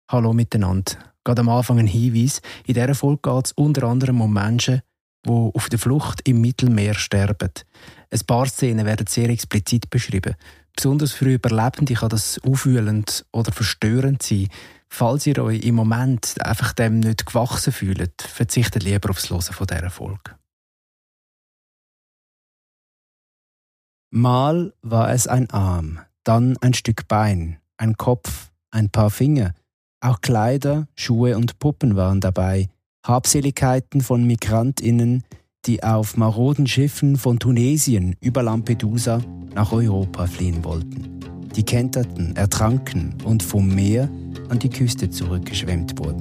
Hallo miteinander. Gerade am Anfang ein Hinweis. In dieser Folge geht es unter anderem um Menschen, die auf der Flucht im Mittelmeer sterben. Ein paar Szenen werden sehr explizit beschrieben. Besonders für Überlebende kann das aufwühlend oder verstörend sein. Falls ihr euch im Moment einfach dem nicht gewachsen fühlt, verzichtet lieber aufs Hören von dieser Folge. Mal war es ein Arm, dann ein Stück Bein, ein Kopf, ein paar Finger. Auch Kleider, Schuhe und Puppen waren dabei. Habseligkeiten von MigrantInnen, die auf maroden Schiffen von Tunesien über Lampedusa nach Europa fliehen wollten. Die kenterten, ertranken und vom Meer an die Küste zurückgeschwemmt wurden.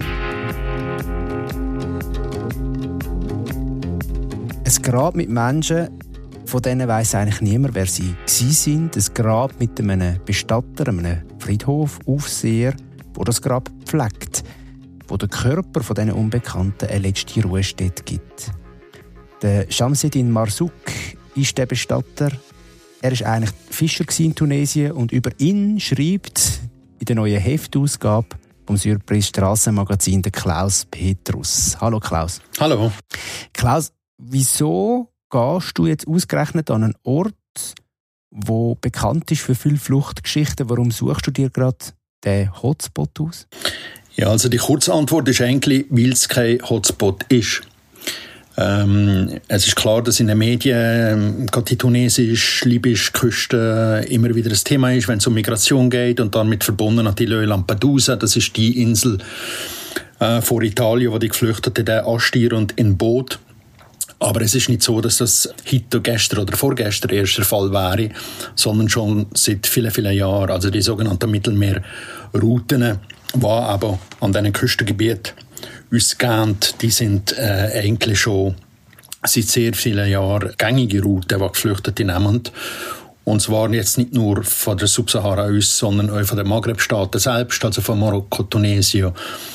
Ein Grab mit Menschen, von denen weiss eigentlich niemand, wer sie sind. Ein Grab mit einem Bestatter, einem Friedhofaufseher, wo das Grab pflegt, wo der Körper von diesen Unbekannten eine letzte Ruhestätte gibt. Der Shamseddin Marzouk ist der Bestatter. Er war eigentlich Fischer in Tunesien und über ihn schreibt in der neuen Heftausgabe vom Surprise Strassenmagazin der Klaus Petrus. Hallo Klaus. Hallo. Klaus, wieso gehst du jetzt ausgerechnet an einen Ort, wo bekannt ist für viele Fluchtgeschichten? Warum suchst du dir gerade den Hotspot aus? Ja, also die Kurzantwort ist eigentlich, weil es kein Hotspot ist. Es ist klar, dass in den Medien gerade die tunesisch-libysche Küste immer wieder ein Thema ist, wenn es um Migration geht und damit verbunden natürlich Lampedusa. Das ist die Insel vor Italien, wo die Geflüchteten ansteuern in Boot. Aber es ist nicht so, dass das heute, gestern oder vorgestern erst der Fall wäre, sondern schon seit vielen, vielen Jahren. Also die sogenannten Mittelmeerrouten, die aber an diesen Küstengebieten ausgehen, die sind eigentlich schon seit sehr vielen Jahren gängige Routen, die Geflüchtete nehmen. Und zwar jetzt nicht nur von der Subsahara aus, sondern auch von den Maghreb-Staaten selbst, also von Marokko, Tunesien,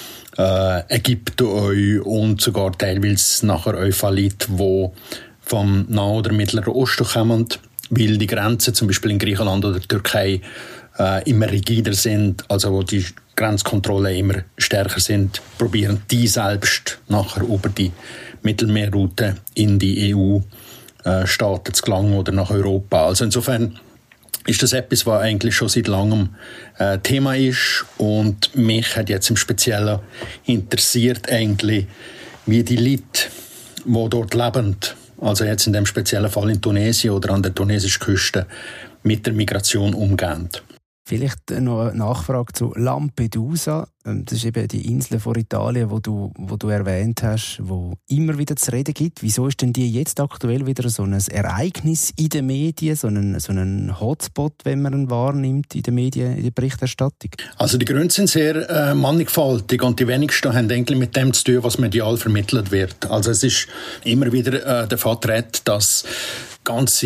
Ägypten und sogar teilweise nachher Euphallite, die vom Nahen oder Mittleren Osten kommen, weil die Grenzen zum Beispiel in Griechenland oder Türkei immer rigider sind, also wo die Grenzkontrollen immer stärker sind, probieren die selbst nachher über die Mittelmeerroute in die EU-Staaten zu gelangen oder nach Europa. Also insofern ist das etwas, was eigentlich schon seit langem Thema ist, und mich hat jetzt im Speziellen interessiert eigentlich, wie die Leute, die dort leben, also jetzt in dem speziellen Fall in Tunesien oder an der tunesischen Küste, mit der Migration umgehen. Vielleicht noch eine Nachfrage zu Lampedusa. Das ist eben die Insel vor Italien, wo du erwähnt hast, wo immer wieder zu reden gibt. Wieso ist denn die jetzt aktuell wieder so ein Ereignis in den Medien, so ein Hotspot, wenn man ihn wahrnimmt in den Medien, in der Berichterstattung? Also die Gründe sind sehr mannigfaltig und die wenigsten haben eigentlich mit dem zu tun, was medial vermittelt wird. Also es ist immer wieder der Fall, dass ganze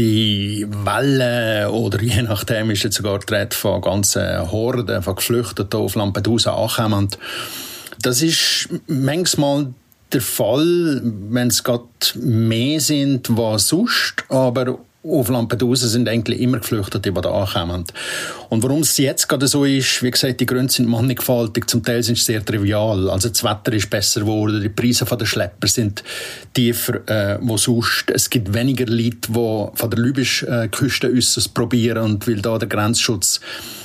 Wellen oder je nachdem ist jetzt sogar die Rede von ganzen Horden von Geflüchteten auf Lampedusa ankommen. Das ist manchmal der Fall, wenn es gerade mehr sind, was sonst, aber auf Lampedusa sind eigentlich immer Geflüchtete, die da ankommen. Und warum es jetzt gerade so ist, wie gesagt, die Gründe sind mannigfaltig, zum Teil sind sie sehr trivial. Also das Wetter ist besser geworden, die Preise der Schlepper sind tiefer, wo sonst. Es gibt weniger Leute, die von der libyschen Küste aus probieren, und weil da der Grenzschutz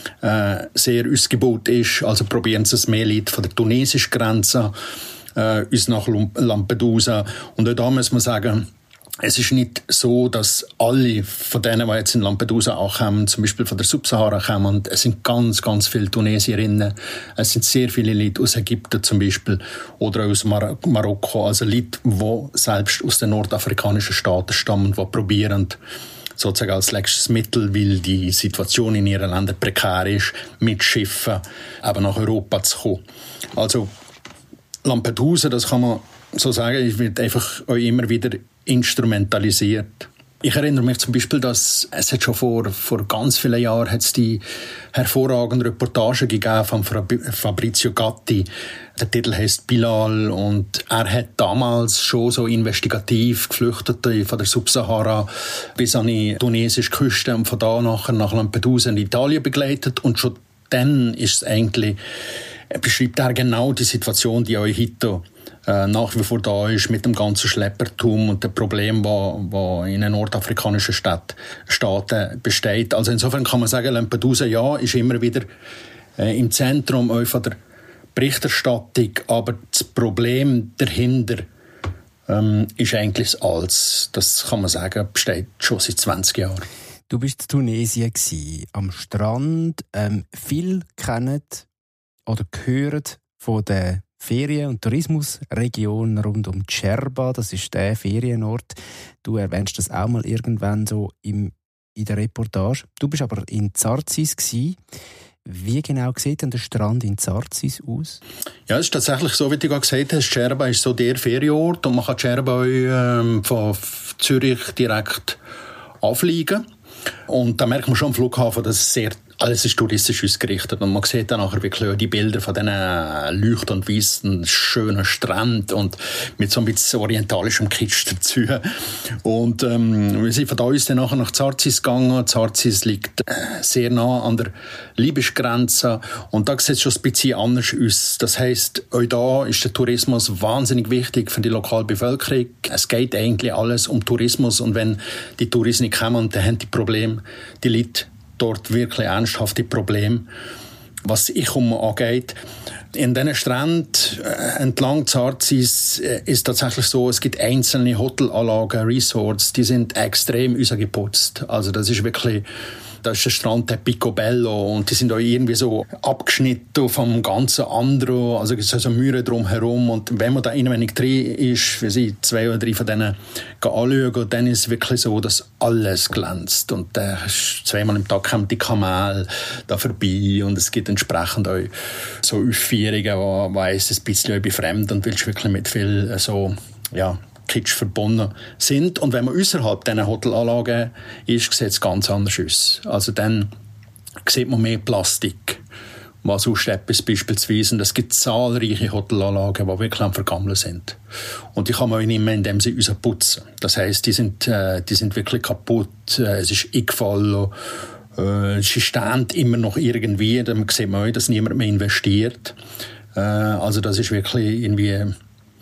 sehr ausgebaut ist, also probieren sie es mehr Leute von der tunesischen Grenze uns nach Lampedusa. Und auch da muss man sagen, es ist nicht so, dass alle von denen, die jetzt in Lampedusa ankommen, zum Beispiel von der Subsahara kommen. Es sind ganz, ganz viele Tunesierinnen. Es sind sehr viele Leute aus Ägypten zum Beispiel oder aus Marokko. Also Leute, die selbst aus den nordafrikanischen Staaten stammen, die probieren, sozusagen als letztes Mittel, weil die Situation in ihren Ländern prekär ist, mit Schiffen aber nach Europa zu kommen. Also Lampedusa, das kann man so sagen, wird einfach auch immer wieder instrumentalisiert. Ich erinnere mich zum Beispiel, dass es hat schon vor ganz vielen Jahren hat's die hervorragende Reportage gegeben von Fabrizio Gatti. Der Titel heißt Bilal, und er hat damals schon so investigativ Geflüchtete von der Subsahara bis an die tunesische Küste und von da nachher nach Lampedusa in Italien begleitet, und schon dann ist es eigentlich beschreibt er genau die Situation, die euch heute nach wie vor da ist, mit dem ganzen Schleppertum und dem Problem, das in den nordafrikanischen Staaten besteht. Also insofern kann man sagen, Lampedusa ist immer wieder im Zentrum von der Berichterstattung, aber das Problem dahinter ist eigentlich das Altes. Das kann man sagen, besteht schon seit 20 Jahren. Du bist in Tunesien am Strand. Viele kennen oder hören von der Ferien- und Tourismusregion rund um Djerba. Das ist der Ferienort. Du erwähnst das auch mal irgendwann so in der Reportage. Du bist aber in Zarzis gsi. Wie genau sieht denn der Strand in Zarzis aus? Ja, es ist tatsächlich so, wie du gerade gesagt hast. Djerba ist so der Ferienort und man kann Djerba von Zürich direkt anfliegen. Und da merkt man schon am Flughafen, dass alles ist touristisch ausgerichtet. Und man sieht dann nachher wirklich die Bilder von diesen leuchtend weißen, schönen Stränden und mit so ein bisschen orientalischem Kitsch dazu. Und wir sind von da aus dann nachher nach Zarzis gegangen. Zarzis liegt sehr nah an der Libysch-Grenze. Und da sieht es schon ein bisschen anders aus. Das heisst, auch da ist der Tourismus wahnsinnig wichtig für die lokale Bevölkerung. Es geht eigentlich alles um Tourismus. Und wenn die Touristen nicht kommen, dann haben die Probleme, die Leute dort wirklich ernsthafte Probleme, was Einkommen angeht. In diesen Stränden entlang Zarzis ist tatsächlich so, es gibt einzelne Hotelanlagen, Resorts, die sind extrem geputzt. Also das ist wirklich, da ist der Strand der Picobello und die sind auch irgendwie so abgeschnitten vom ganzen anderen. Also es ist also Mühe drumherum und wenn man da inwendig drin ist, wie sie 2 oder 3 von denen anschauen, dann ist es wirklich so, dass alles glänzt und zweimal im Tag kommen die Kamel da vorbei und es gibt entsprechend auch so Aufführungen, wo es ein bisschen befremd und willst wirklich mit viel so, Kitsch verbunden sind. Und wenn man außerhalb dieser Hotelanlagen ist, sieht es ganz anders aus. Also dann sieht man mehr Plastik, was sonst etwas beispielsweise. Und es gibt zahlreiche Hotelanlagen, die wirklich am Vergammeln sind. Und die kann man auch nicht mehr, indem sie uns putzen. Das heisst, die sind wirklich kaputt. Es ist eingefallen. Sie stehen immer noch irgendwie. Dann sieht man auch, dass niemand mehr investiert. Also das ist wirklich irgendwie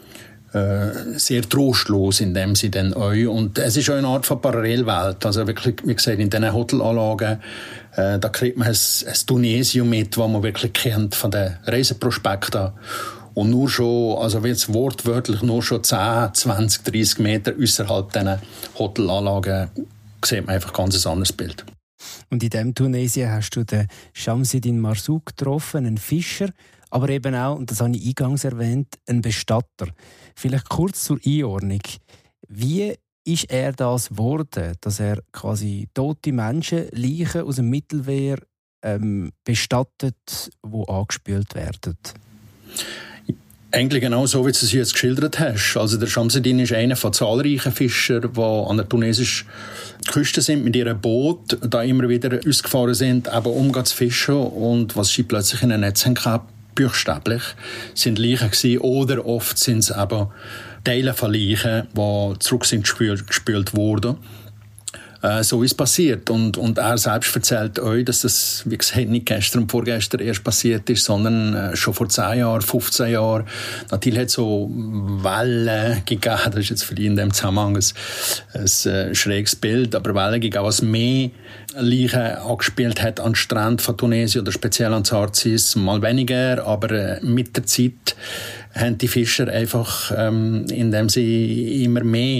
sehr trostlos in dem sie dann auch. Und es ist auch eine Art von Parallelwelt. Also wirklich, wie gesagt, in diesen Hotelanlagen, da kriegt man ein Tunesium mit, das man wirklich kennt von den Reiseprospekten. Und nur schon, also jetzt wortwörtlich nur schon 10, 20, 30 Meter außerhalb dieser Hotelanlagen sieht man einfach ganz ein anderes Bild. Und in diesem Tunesien hast du den Shamsidine Marzouk getroffen, einen Fischer, aber eben auch, und das habe ich eingangs erwähnt, einen Bestatter. Vielleicht kurz zur Einordnung. Wie ist er das geworden, dass er quasi tote Menschen, Leichen aus dem Mittelmeer bestattet, die angespült werden? Eigentlich genau so, wie du es jetzt geschildert hast. Also der Shamsidine ist einer von zahlreichen Fischern, die an der tunesischen Küste sind, mit ihrem Boot da immer wieder ausgefahren sind, eben zu fischen. Und was sie plötzlich in ein Netz haben, buchstäblich, sind Leichen gewesen, oder oft sind es eben Teile von Leichen, die zurück sind gespült wurden. So ist es passiert. Und er selbst erzählt euch, dass das, wie gesagt, nicht gestern und vorgestern erst passiert ist, sondern schon vor 10 Jahren, 15 Jahren. Natürlich hat es so Wellen gegeben, das ist jetzt für ihn in dem Zusammenhang ein schräges Bild, aber Wellen gegeben, was mehr Leichen angespielt hat an Strand von Tunesien oder speziell an Zarzis, mal weniger, aber mit der Zeit haben die Fischer einfach, indem sie immer mehr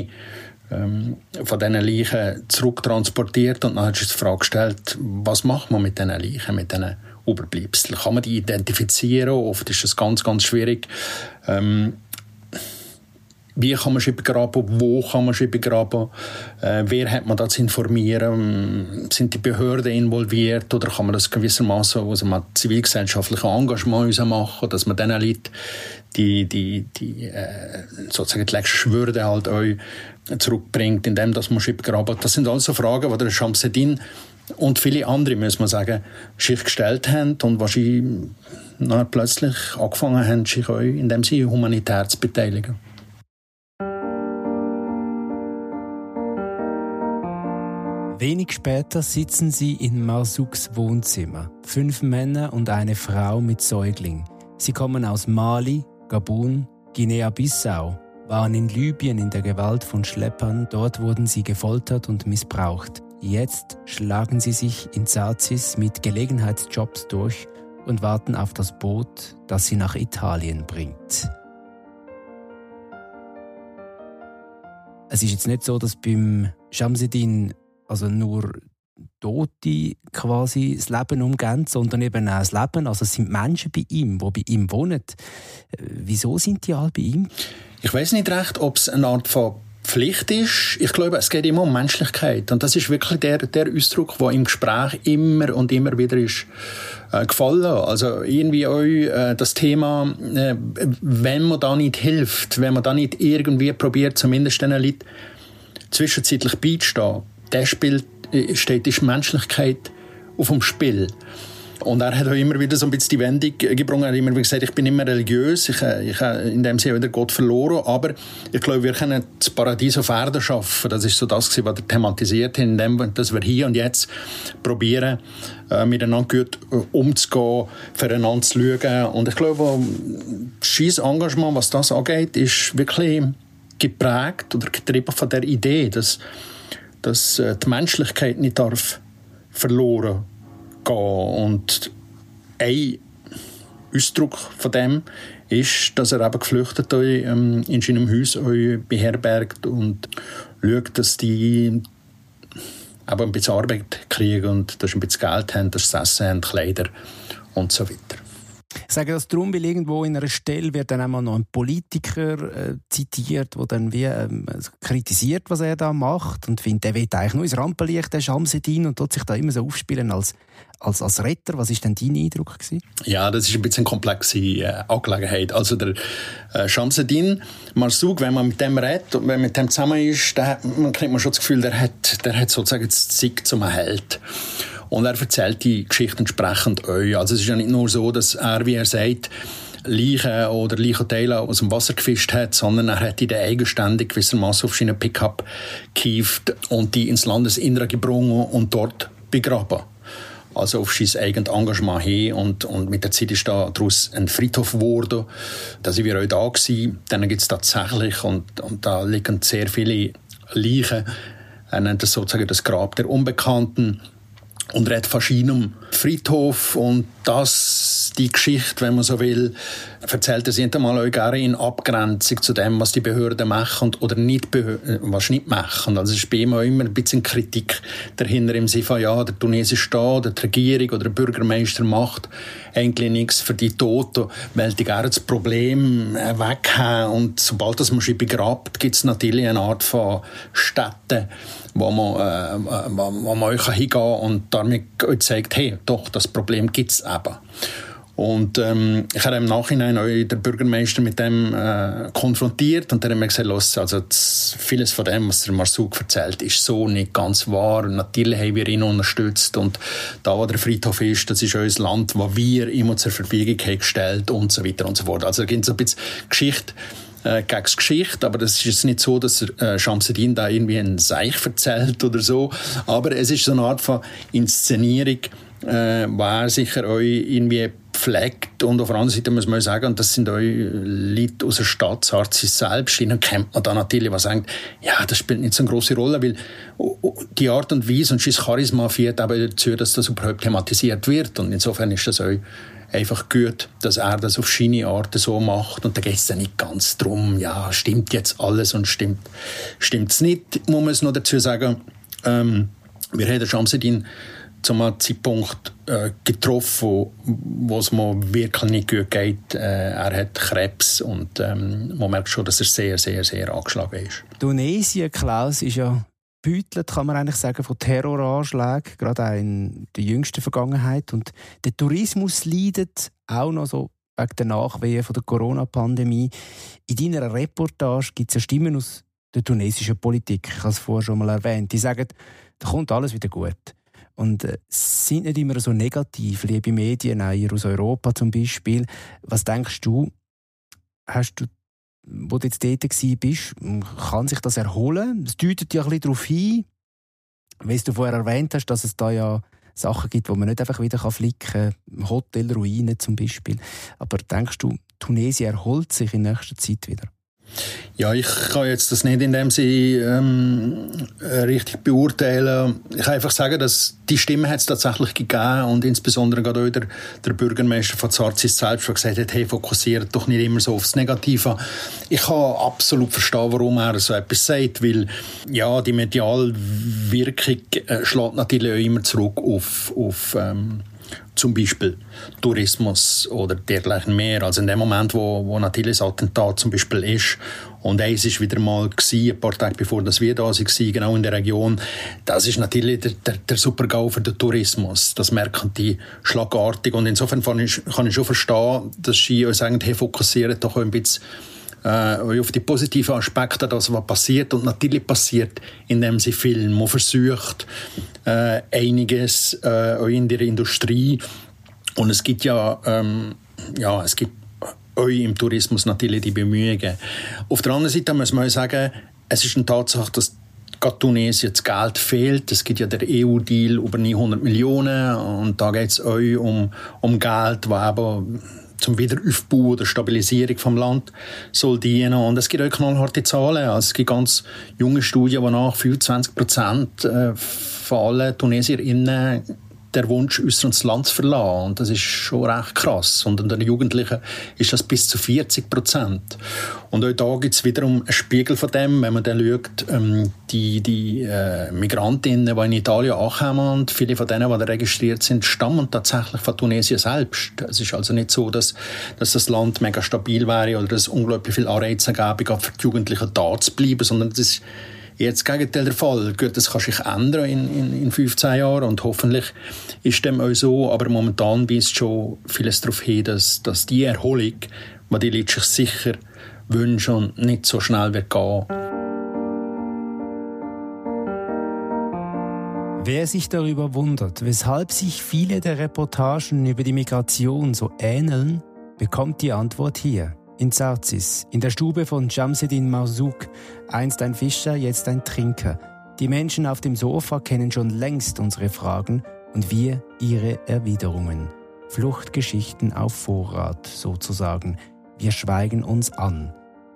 von diesen Leichen zurücktransportiert und dann hat sich die Frage gestellt, was macht man mit diesen Leichen, mit diesen Überbleibseln? Kann man die identifizieren? Oft ist das ganz, ganz schwierig. Wie kann man sie begraben? Wo kann man sie begraben? Wer hat man da zu informieren? Sind die Behörden involviert? Oder kann man das gewissermaßen aus einem zivilgesellschaftlichen Engagement machen, dass man diesen Leuten sozusagen die letzte Würde halt auch zurückbringt, indem dass man sie begraben? Das sind also Fragen, die der Shamsidine und viele andere, muss man sagen, sich gestellt haben und was sie plötzlich angefangen haben, sich auch, indem sie humanitär zu beteiligen. Wenig später sitzen sie in Marzouks Wohnzimmer. 5 Männer und eine Frau mit Säugling. Sie kommen aus Mali, Gabun, Guinea-Bissau, waren in Libyen in der Gewalt von Schleppern. Dort wurden sie gefoltert und missbraucht. Jetzt schlagen sie sich in Sazis mit Gelegenheitsjobs durch und warten auf das Boot, das sie nach Italien bringt. Es ist jetzt nicht so, dass beim Shamseddin also nur Tote quasi das Leben umgehen, sondern eben auch das Leben. Also es sind Menschen bei ihm, die bei ihm wohnen. Wieso sind die alle bei ihm? Ich weiss nicht recht, ob es eine Art von Pflicht ist. Ich glaube, es geht immer um Menschlichkeit. Und das ist wirklich der Ausdruck, der im Gespräch immer und immer wieder ist gefallen. Also irgendwie auch das Thema, wenn man da nicht hilft, wenn man da nicht irgendwie probiert, zumindest den Leuten zwischenzeitlich beizustehen, steht die Menschlichkeit auf dem Spiel. Und er hat auch immer wieder so ein bisschen die Wendung gebrungen. Er hat immer wieder gesagt, ich bin immer religiös, ich habe in dem Sinne wieder Gott verloren, aber ich glaube, wir können das Paradies auf Erden schaffen. Das ist so das, was er thematisiert hat, indem dass wir hier und jetzt probieren, miteinander gut umzugehen, füreinander zu schauen. Und ich glaube, sein Engagement, was das angeht, ist wirklich geprägt oder getrieben von der Idee, dass die Menschlichkeit nicht darf verloren gehen. Und ein Ausdruck von dem ist, dass er eben Geflüchtete in seinem Haus beherbergt und schaut, dass die eben ein bisschen Arbeit kriegen und dass sie ein bisschen Geld haben, dass sie Essen haben, Kleider und so weiter. Ich sage das darum, weil irgendwo in einer Stelle wird dann einmal noch ein Politiker zitiert, der dann wie kritisiert, was er da macht und findet, er will eigentlich nur ins Rampenlicht, der Shamseddin, und tut sich da immer so aufspielen als Retter. Was war denn dein Eindruck gewesen? Ja, das ist ein bisschen eine komplexe Angelegenheit. Also der Shamseddin Marzouk, wenn man mit dem redet und wenn man mit dem zusammen ist, man kriegt man schon das Gefühl, der hat sozusagen das Zeug zum Held. Und er erzählt die Geschichte entsprechend euch. Also es ist ja nicht nur so, dass er, wie er sagt, Leichen oder Leichenteile aus dem Wasser gefischt hat, sondern er hat die eigenständig gewissermaßen auf seinen Pickup gehievt und die ins Landesinnere gebracht und dort begraben. Also auf sein eigenes Engagement hin. Und mit der Zeit ist daraus ein Friedhof geworden. Da sind wir auch da gewesen. Dann gibt es tatsächlich, und da liegen sehr viele Leichen. Er nennt das sozusagen das Grab der Unbekannten. Und redet von seinem Friedhof und die Geschichte, wenn man so will, erzählt er sich einmal auch gerne in Abgrenzung zu dem, was die Behörden machen oder was nicht machen. Also es ist bei ihm auch immer ein bisschen Kritik dahinter im Sinne von, ja, der tunesische Staat, die Regierung oder der Bürgermeister macht eigentlich nichts für die Toten, weil die gerne das Problem weghaben. Und sobald das man sie begrabt, gibt es natürlich eine Art von Städten, wo man euch hingehen kann und damit zeigt, hey, doch, das Problem gibt es eben. Und ich habe im Nachhinein auch den Bürgermeister mit dem konfrontiert und der hat mir gesagt, also vieles von dem, was der Marzouk erzählt, ist so nicht ganz wahr. Und natürlich haben wir ihn unterstützt und da, wo der Friedhof ist, das ist unser Land, das wir immer zur Verfügung haben gestellt und so weiter und so fort. Also da gibt es ein bisschen Geschichte gegen Geschichte, aber das ist jetzt nicht so, dass Shamseddin da irgendwie einen Seich erzählt oder so, aber es ist so eine Art von Inszenierung, war sicher auch irgendwie pflegt, und auf der anderen Seite muss man sagen, und das sind auch Leute aus der Stadt, Sazis selbst, ihnen kennt man da natürlich, was sagt, ja, das spielt nicht so eine grosse Rolle, weil die Art und Weise und sein Charisma führt aber dazu, dass das überhaupt thematisiert wird, und insofern ist das auch einfach gut, dass er das auf seine Art so macht, und da geht es dann nicht ganz darum, ja, stimmt jetzt alles und stimmt's nicht, muss man es noch dazu sagen. Wir haben den Shamseddin zum Zeitpunkt getroffen, wo es mir wirklich nicht gut geht. Er hat Krebs und man merkt schon, dass er sehr, sehr, sehr angeschlagen ist. Tunesien, Klaus, ist ja beutelt, kann man eigentlich sagen, von Terroranschlägen, gerade auch in der jüngsten Vergangenheit. Und der Tourismus leidet auch noch so wegen der Nachwehen von der Corona-Pandemie. In deiner Reportage gibt es ja Stimmen aus der tunesischen Politik, ich habe es vorher schon mal erwähnt, die sagen, da kommt alles wieder gut. Und sind nicht immer so negativ, liebe Medien, auch hier aus Europa zum Beispiel. Was denkst du, wo du jetzt dort bist, kann sich das erholen? Es deutet ja ein bisschen darauf hin, wie du vorher erwähnt hast, dass es da ja Sachen gibt, die man nicht einfach wieder flicken kann. Hotelruinen zum Beispiel. Aber denkst du, Tunesien erholt sich in nächster Zeit wieder? Ja, ich kann jetzt das nicht in dem Sinne richtig beurteilen. Ich kann einfach sagen, dass die Stimme hat es tatsächlich gegeben und insbesondere gerade auch der Bürgermeister von Zarzis selbst, der gesagt hat, hey, fokussiert doch nicht immer so aufs Negative. Ich kann absolut verstehen, warum er so etwas sagt, weil ja, die mediale Wirkung schlägt natürlich auch immer zurück auf zum Beispiel Tourismus oder dergleichen mehr. Also in dem Moment, wo natürlich das Attentat zum Beispiel ist, und eins ist wieder mal gewesen, ein paar Tage bevor das wir da waren, genau in der Region, das ist natürlich der Super-GAU für den Tourismus. Das merken die schlagartig. Und insofern kann ich schon verstehen, dass sie uns sagen, hey, fokussiert doch ein bisschen auf die positiven Aspekte, das was passiert. Und natürlich passiert, indem sie filmen. Man versucht einiges auch in der Industrie. Und es gibt es gibt auch im Tourismus natürlich die Bemühungen. Auf der anderen Seite muss man sagen, es ist eine Tatsache, dass Tunesien das Geld fehlt. Es gibt ja den EU-Deal über 900 Millionen und da geht es auch um Geld, das eben zum Wiederaufbau oder Stabilisierung vom Land soll dienen. Und es gibt auch knallharte Zahlen. Also es gibt ganz junge Studien, wonach 25% von allen TunesierInnen der Wunsch äußern, das Land zu verlassen. Und das ist schon recht krass. Und unter den Jugendlichen ist das bis zu 40%. Und auch da gibt es wiederum einen Spiegel von dem, wenn man dann schaut, die Migrantinnen, die in Italien ankommen, und viele von denen, die da registriert sind, stammen tatsächlich von Tunesien selbst. Es ist also nicht so, dass das Land mega stabil wäre oder dass es unglaublich viel Anreize gäbe, für die Jugendlichen da zu bleiben, sondern das ist jetzt das Gegenteil der Fall. Gut, das kann sich ändern in 15 Jahren und hoffentlich ist dem auch so, aber momentan weist schon vieles darauf hin, dass die Erholung, die die Leute sich sicher wünschen, nicht so schnell wird gehen. Wer sich darüber wundert, weshalb sich viele der Reportagen über die Migration so ähneln, bekommt die Antwort hier. In Zarzis, in der Stube von Shamseddin Marzouk, einst ein Fischer, jetzt ein Trinker. Die Menschen auf dem Sofa kennen schon längst unsere Fragen und wir ihre Erwiderungen. Fluchtgeschichten auf Vorrat, sozusagen. Wir schweigen uns an.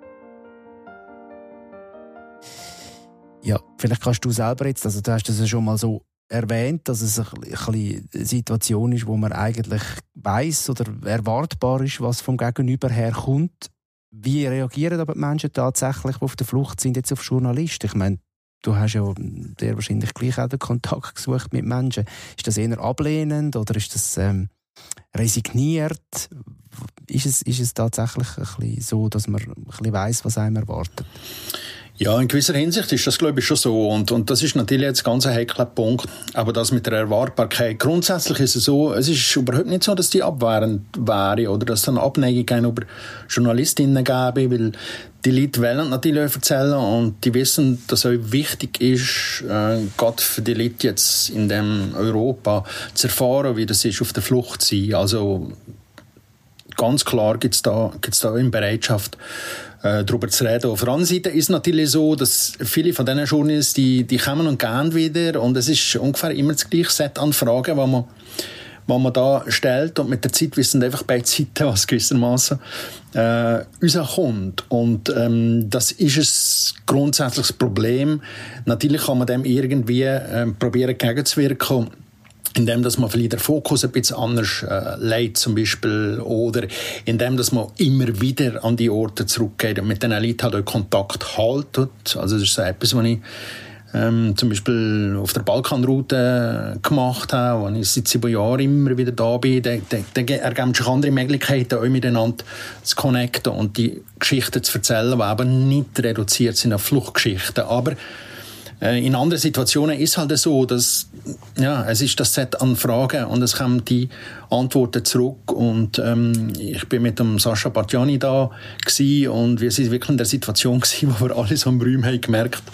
Ja, vielleicht kannst du selber jetzt, also du hast das ja schon mal so erwähnt, dass es eine Situation ist, wo man eigentlich weiss oder erwartbar ist, was vom Gegenüber herkommt. Wie reagieren aber die Menschen tatsächlich, die auf der Flucht sind, jetzt auf Journalisten? Ich meine, du hast ja sehr wahrscheinlich gleich auch den Kontakt gesucht mit Menschen. Ist das eher ablehnend oder ist das resigniert? Ist es tatsächlich ein bisschen so, dass man ein bisschen weiss, was einem erwartet? Ja, in gewisser Hinsicht ist das, glaube ich, schon so. Und das ist natürlich jetzt ganz ein heikler Punkt. Aber das mit der Erwartbarkeit. Grundsätzlich ist es so, es ist überhaupt nicht so, dass die abwehrend wäre oder dass es eine Abneigung gegenüber Journalistinnen gäbe, weil die Leute wollen natürlich auch erzählen und die wissen, dass es auch wichtig ist, gerade für die Leute jetzt in dem Europa zu erfahren, wie das ist, auf der Flucht zu sein. Also ganz klar gibt es da eine Bereitschaft, darüber zu reden. Auf der anderen Seite ist es natürlich so, dass viele von diesen Journalisten, die kommen und gehen wieder und es ist ungefähr immer das gleiche Set an Fragen, was man da stellt und mit der Zeit wissen einfach beide Seiten, was gewissermaßen rauskommt. Und das ist ein grundsätzliches Problem. Natürlich kann man dem irgendwie probieren gegenzuwirken, indem dass man vielleicht den Fokus ein bisschen anders legt zum Beispiel oder indem dass man immer wieder an die Orte zurückgeht und mit den Leuten halt auch Kontakt haltet. Also das ist so etwas, was ich zum Beispiel auf der Balkanroute gemacht habe, wo ich seit 7 Jahren immer wieder da bin. Da ergeben sich andere Möglichkeiten, auch miteinander zu connecten und die Geschichten zu erzählen, die eben nicht reduziert sind auf Fluchtgeschichten. Aber in anderen Situationen ist es halt so, dass es ist das Set an Fragen und es kommen die Antworten zurück und ich bin mit dem Sascha Bartjani da gewesen, und wir sind wirklich in der Situation gewesen, wo wir alle so am Räumen haben gemerkt,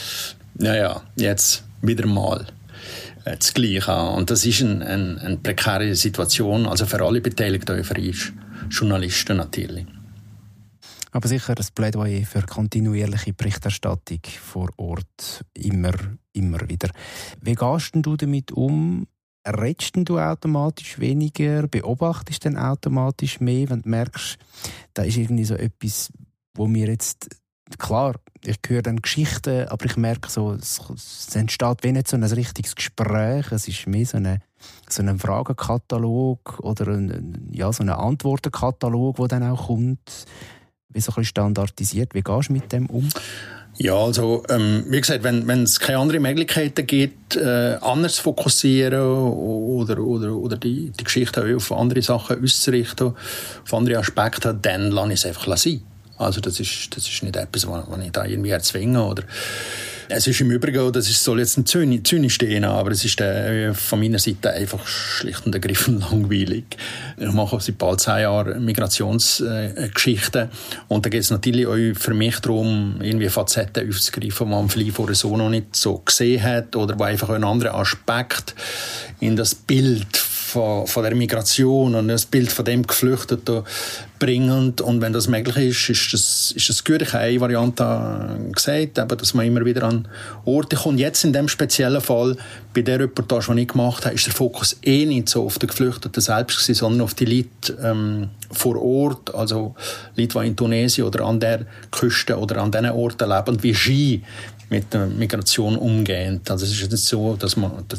jetzt wieder mal das Gleiche. Und das ist eine prekäre Situation, also für alle Beteiligten, für uns Journalisten natürlich. Aber sicher ein Plädoyer für kontinuierliche Berichterstattung vor Ort, immer wieder. Wie gehst du damit um, redest du automatisch weniger, beobachtest dann automatisch mehr, wenn du merkst, da ist irgendwie so etwas, wo mir jetzt, klar, ich höre dann Geschichten, aber ich merke so, es entsteht wie nicht so ein richtiges Gespräch, es ist mehr so ein Fragenkatalog oder so ein Antwortenkatalog, der dann auch kommt, wie so ein bisschen standardisiert. Wie gehst du mit dem um? Ja, also wie gesagt, wenn es keine anderen Möglichkeiten gibt, anders zu fokussieren oder die Geschichte auf andere Sachen auszurichten, auf andere Aspekte, dann lasse ich es einfach sein. Also das ist nicht etwas, was ich da irgendwie erzwinge oder es ist im Übrigen, das soll jetzt ein zynisch stehen, aber es ist von meiner Seite einfach schlicht und ergreifend langweilig. Ich mache seit bald 10 Jahren Migrationsgeschichten und da geht es natürlich auch für mich darum, irgendwie Facetten aufzugreifen, die man vielleicht vorher so noch nicht so gesehen hat oder wo einfach einen anderen Aspekt in das Bild von der Migration und das Bild von dem Geflüchteten bringend. Und wenn das möglich ist das gut. Ich habe eine Variante gesagt, dass man immer wieder an Orte kommt. Jetzt in dem speziellen Fall, bei der Reportage, die ich gemacht habe, ist der Fokus nicht so auf die Geflüchteten selbst gewesen, sondern auf die Leute vor Ort, also Leute, die in Tunesien oder an der Küste oder an diesen Orten leben, wie sie mit der Migration umgehen. Also es ist nicht so, dass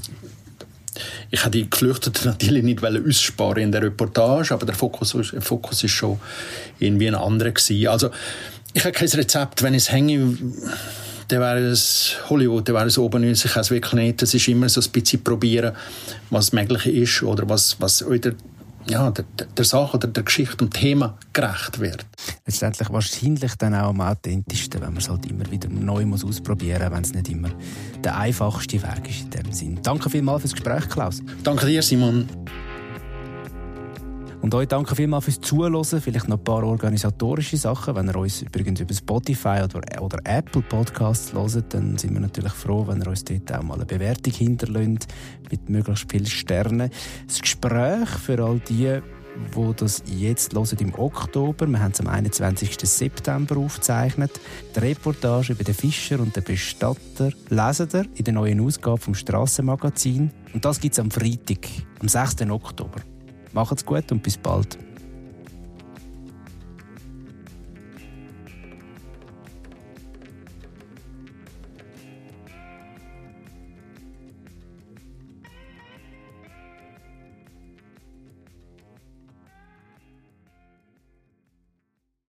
ich habe die Geflüchteten natürlich nicht aussparen in der Reportage, aber der Fokus ist schon irgendwie ein anderer gewesen. Also ich habe kein Rezept, wenn ich es hänge, dann wäre es Hollywood, dann wäre es oben uns. Ich kann es wirklich nicht. Es ist immer so ein bisschen probieren, was möglich ist oder was der Sache oder der Geschichte und Thema gerecht wird. Letztendlich wahrscheinlich dann auch am authentischsten, wenn man es halt immer wieder neu ausprobieren muss, wenn es nicht immer der einfachste Weg ist in dem Sinn. Danke vielmals fürs Gespräch, Klaus. Danke dir, Simon. Und euch danke vielmals fürs Zuhören. Vielleicht noch ein paar organisatorische Sachen. Wenn ihr uns übrigens über Spotify oder Apple Podcasts hört, dann sind wir natürlich froh, wenn ihr uns dort auch mal eine Bewertung hinterlässt mit möglichst vielen Sternen. Das Gespräch für all die das jetzt hören im Oktober. Wir haben es am 21. September aufgezeichnet. Die Reportage über den Fischer und den Bestatter lesen ihr in der neuen Ausgabe vom Strassenmagazin. Und das gibt es am Freitag, am 6. Oktober. Macht's gut und bis bald.